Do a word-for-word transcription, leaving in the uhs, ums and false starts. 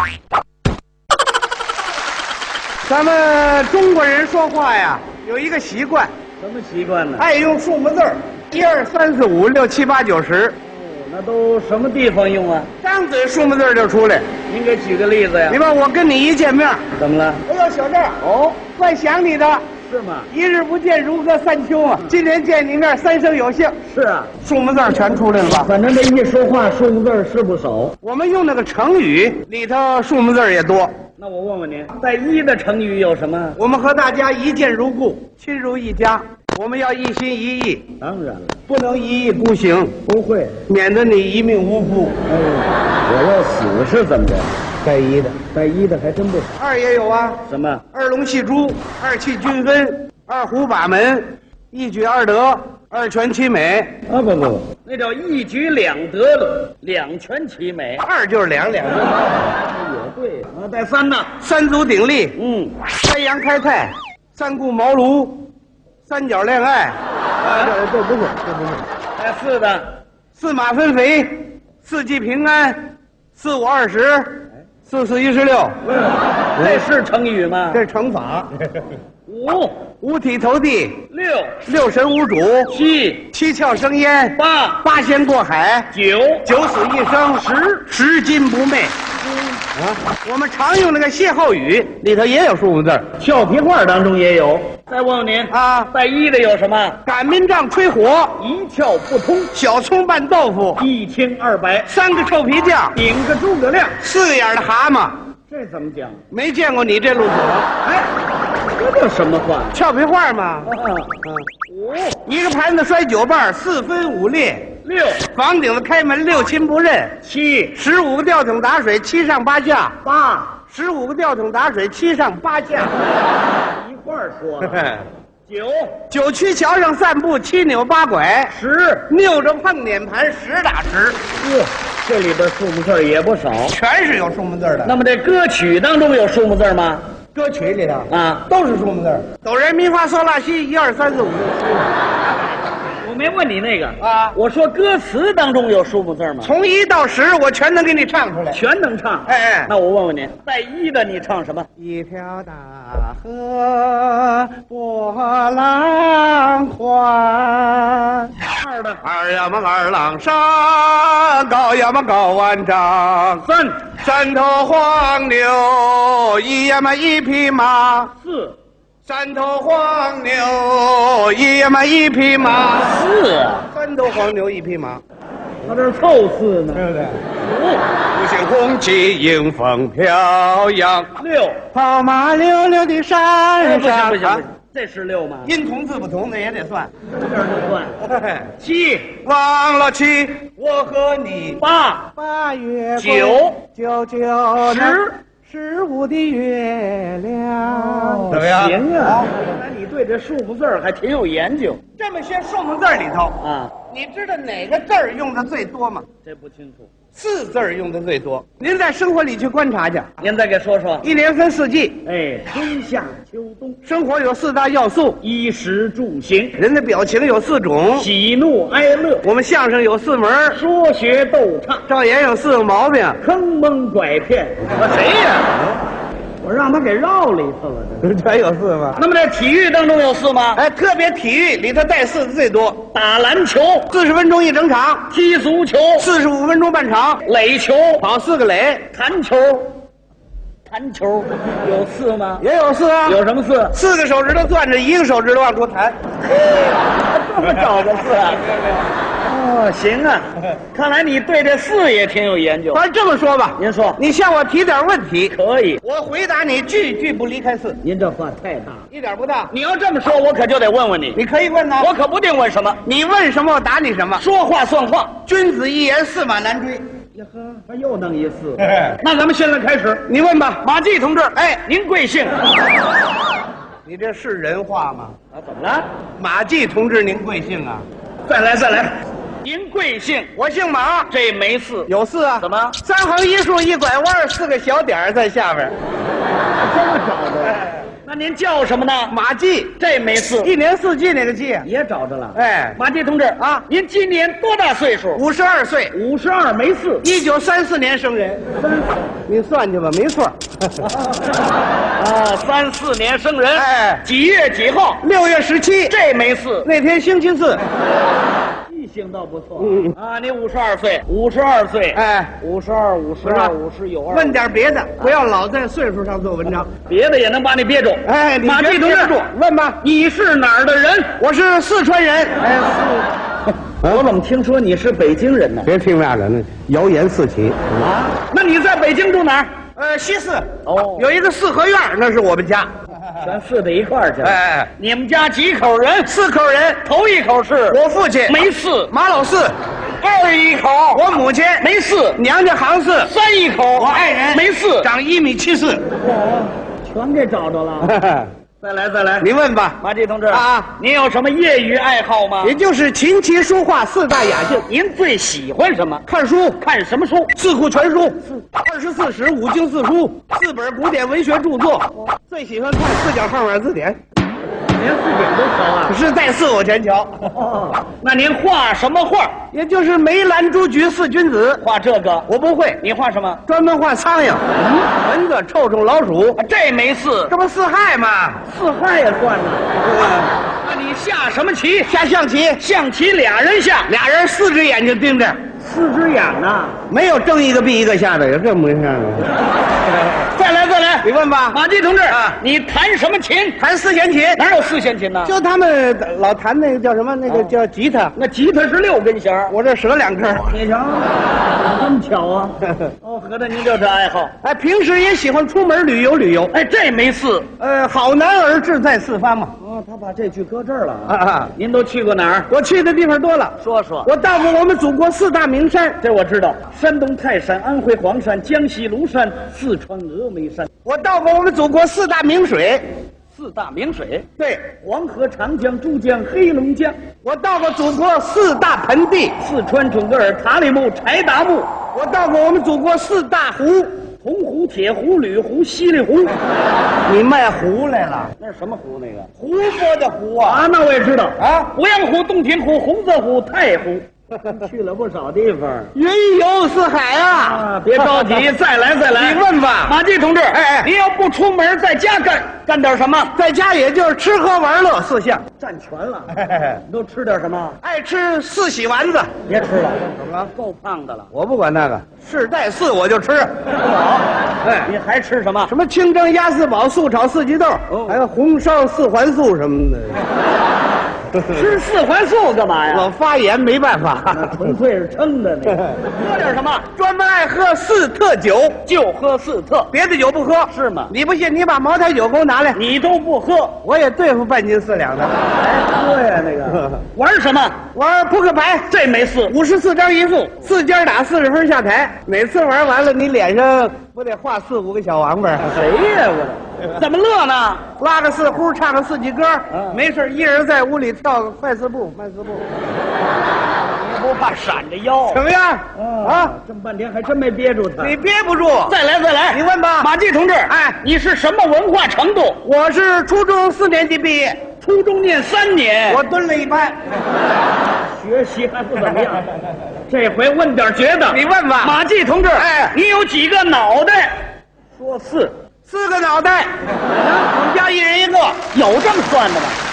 咱们中国人说话呀，有一个习惯， 什么习惯呢？ 爱用数目字儿，一二三四五六七八九十。 那都什么地方用啊？ 张嘴数目字儿就出来。 您给举个例子呀？ 你看我跟你一见面， 怎么了？ 哎呦，小郑， 哦， 怪想你的。 是吗？ 一日不见如隔三秋啊！今天见你面，三生有幸。 是啊， 数目字儿全出来了吧？ 反正这一说话，数目字儿是不少。 我们用那个成语里头数目字儿也多。 那我问问您，带一的成语有什么？ 我们和大家一见如故，亲如一家。我们要一心一意， 当然了， 不能一意孤行， 不会。 免得你一命呜呼。 哎，我要死是怎么着？ 带一的， 带一的还真不少。 二也有啊。 什么？ 二龙戏珠，二气均分，二虎把门，一举二得，二全其美。 啊，不不不，那叫一举两得，两全其美。 二就是两两， 也对啊。带三呢？ 三足鼎立， 嗯， 三阳开泰，三顾茅庐，三角恋爱。 啊，这这不是，这不是。带四的， 四马分肥，四季平安，四五二十，四四一十六。 这是成语吗？ 这是乘法。 五五体投地， 六六神无主， 七七窍生烟， 八八仙过海， 九九死一生，十十金不昧。啊，我们常用那个歇后语里头也有数目字儿， 俏皮话当中也有。再问问您啊， 带一的有什么？ 擀面杖吹火， 一窍不通， 小葱拌豆腐， 一清二白， 三个臭皮匠， 顶个诸葛亮。 四眼的蛤蟆。 这怎么讲？ 没见过你这路子， 哎，这叫什么话？ 俏皮话嘛。 啊，五一个盘子摔九瓣，四分五裂。 六房顶子开门，六亲不认。 七十五个吊桶打水，七上八下。 八， 十五个吊桶打水，七上八下。 一块儿说。九九曲桥上散步，七扭八拐。 十拗着碰脸盘，实打实。 呵，这里边数目字儿也不少。 全是有数目字的。 那么这歌曲当中有数目字吗？ 歌曲里头啊， 都是数目字。哆来咪发嗦拉西，一二三四五六七。 我没问你那个啊， 我说歌词当中有数目字吗？ 从一到十，我全能给你唱出来， 全能唱。 哎哎， 那我问问您，带一的你唱什么？ 一条大河波浪宽。 二的二呀嘛二郎山，高呀嘛高万丈。 三山头黄牛，一呀嘛一匹马。 四山头黄牛，一呀嘛一匹马。 四啊， 山头黄牛一匹马， 他这是凑四呢。 对不对？ 五五星红旗迎风飘扬， 六跑马溜溜的山哎，不行上。 不行不行啊， 这是六吗？ 音同字不同，那也得算。 这边就算。七忘了七，我和你。 八八月九九九十十五的月亮， 怎么样？行啊，看来你对这数目字儿还挺有研究这么些数目字儿里头， 啊。 你知道哪个字儿用的最多吗？ 这不清楚， 四字儿用的最多。您在生活里去观察去， 您再给说说。 一年分四季， 哎，春夏秋冬， 生活有四大要素， 衣食住行， 人的表情有四种， 喜怒哀乐， 我们相声有四门儿， 说学逗唱， 赵岩有四个毛病。 坑蒙拐骗。我谁呀？我让他给绕里头了。这全有四吗？ 那么在体育当中有四吗？ 哎，特别体育里头带四的最多， 打篮球、 四十分钟一整场， 踢足球、 四十五分钟半场， 垒球、 跑四个垒， 弹球。弹球有四吗？ 也有四啊。 有什么四？ 四个手指头攥着，一个手指头往出弹。 这么找个四啊？哦，行啊，看来你对这四也挺有研究。 咱这么说吧， 您说你向我提点问题， 可以。 我回答你句句不离开四， 您这话太大了， 一点不大。 你要这么说，我可就得问问你。 你可以问呐， 我可不定问什么， 你问什么我答你什么。 说话算话。 君子一言，驷马难追。 呀呵，他又弄一四。 哎那咱们现在开始。 你问吧， 马季同志，哎，您贵姓？ 你这是人话吗？ 啊，怎么了？ 马季同志，您贵姓啊？ 再来，再来。您贵姓？ 我姓马， 这没四， 有四啊？ 怎么？ 三横一竖一拐弯，四个小点儿在下边。 这么找的？ 那您叫什么呢？ 马季， 这没四， 一年四季那个季。 也找着了。 哎， 马季同志啊您今年多大岁数？ 五十二岁， 五十二没四。 一九三四年生人。你算去吧，没错。 啊，三四年生人。 哎， 几月几号？ 六月十七， 这没四。 那天星期四。 记性倒不错。 嗯啊，你五十二岁，五十二岁。 哎， 五十二，五十二，五十有二。 问点别的，不要老在岁数上做文章。 别的也能把你憋住。 哎，你马季同志， 问吧， 你是哪儿的人？ 我是四川人。 哎，四。我怎么听说你是北京人呢？ 别听那人了，谣言四起。 啊，那你在北京住哪儿？ 呃，西四。 哦有一个四合院，那是我们家。 全四在一块儿去了。 哎， 你们家几口人？ 四口人， 头一口是我父亲没四， 马老四， 二一口我母亲没四， 娘家行四， 三一口我爱人没四， 长一米七四。 全给找着了。再来再来， 你问吧， 马季同志啊， 您有什么业余爱好吗？ 也就是琴棋书画四大雅兴。 您最喜欢什么？ 看书， 看什么书？ 四库全书，二十四史、五经四书，四本古典文学著作。最喜欢看四角号码字典， 连字典都瞧啊？ 是在四我全瞧。 哦，那您画什么画？ 也就是梅兰竹菊四君子。 画这个我不会， 你画什么？ 专门画苍蝇、蚊子、臭虫、老鼠， 啊这没四， 这不四害吗？ 四害也算呢。那你下什么棋？ 下象棋， 象棋俩人下， 俩人四只眼睛盯着， 四只眼呐。 没有睁一个闭一个下的，有这么回事吗？ 再来再来， 你问吧。 马季同志啊你弹什么琴？ 弹四弦琴， 哪有四弦琴呢？ 就他们老弹那个叫什么？那个叫吉他， 那吉他是六根弦儿。 我这折两根。 你瞧，这么巧啊！哦，合着您就这爱好。 哎，平时也喜欢出门旅游旅游。 哎，这没四。 呃，好男儿志在四方嘛。 哦，他把这句搁这儿了啊啊！ 您都去过哪儿？ 我去的地方多了， 说说。 我到过我们祖国四大名山， 这我知道，山东泰山、安徽黄山、江西庐山、四川峨眉山。 我到过我们祖国四大名水， 四大名水， 对， 黄河、长江、珠江、黑龙江。 我到过祖国四大盆地， 四川准噶尔、塔里木、柴达木。 我到过我们祖国四大湖， 铜湖、铁湖、吕湖、西里湖。 你卖湖来了？ 那是什么湖？那个湖泊的湖啊！ 啊，那我也知道啊， 鄱阳湖、洞庭湖、洪泽湖、太湖。去了不少地方， 云游四海啊！ 啊，别着急，再来再来。 你问吧， 马季同志。 哎哎， 您要不出门，在家干干点什么？ 在家也就是吃喝玩乐四项， 占全了。你都吃点什么？ 爱吃四喜丸子。 别吃了， 怎么了？ 够胖的了。 我不管那个，是带四我就吃。 好，哎，你还吃什么？ 什么清蒸鸭四宝、素炒四季豆， 哦还有红烧四环素什么的。 吃四环素干嘛呀？ 老发炎没办法， 纯粹是撑的那个。喝点什么？ 专门爱喝四特酒， 就喝四特， 别的酒不喝。 是吗？ 你不信，你把茅台酒给我拿来， 你都不喝， 我也对付半斤四两的。 还喝呀？那个玩什么？ 玩扑克牌， 这没四， 五十四张一副，四家打四十分下台。每次玩完了，你脸上不得画四五个小王八？ 谁呀？我怎么乐呢？ 拉个四呼，唱个四季歌， 嗯没事，一人在屋里跳个快四步，慢四步， 你不怕闪着腰？ 怎么样？啊， 这么半天还真没憋住他。 你憋不住。 再来再来， 你问吧， 马季同志。 哎， 你是什么文化程度？ 我是初中四年级毕业， 初中念三年， 我蹲了一班。 学习还不怎么样。这回问点绝的， 你问吧， 马季同志。 哎， 你有几个脑袋？说四， 四个脑袋，我们家一人一个。 有这么算的吗？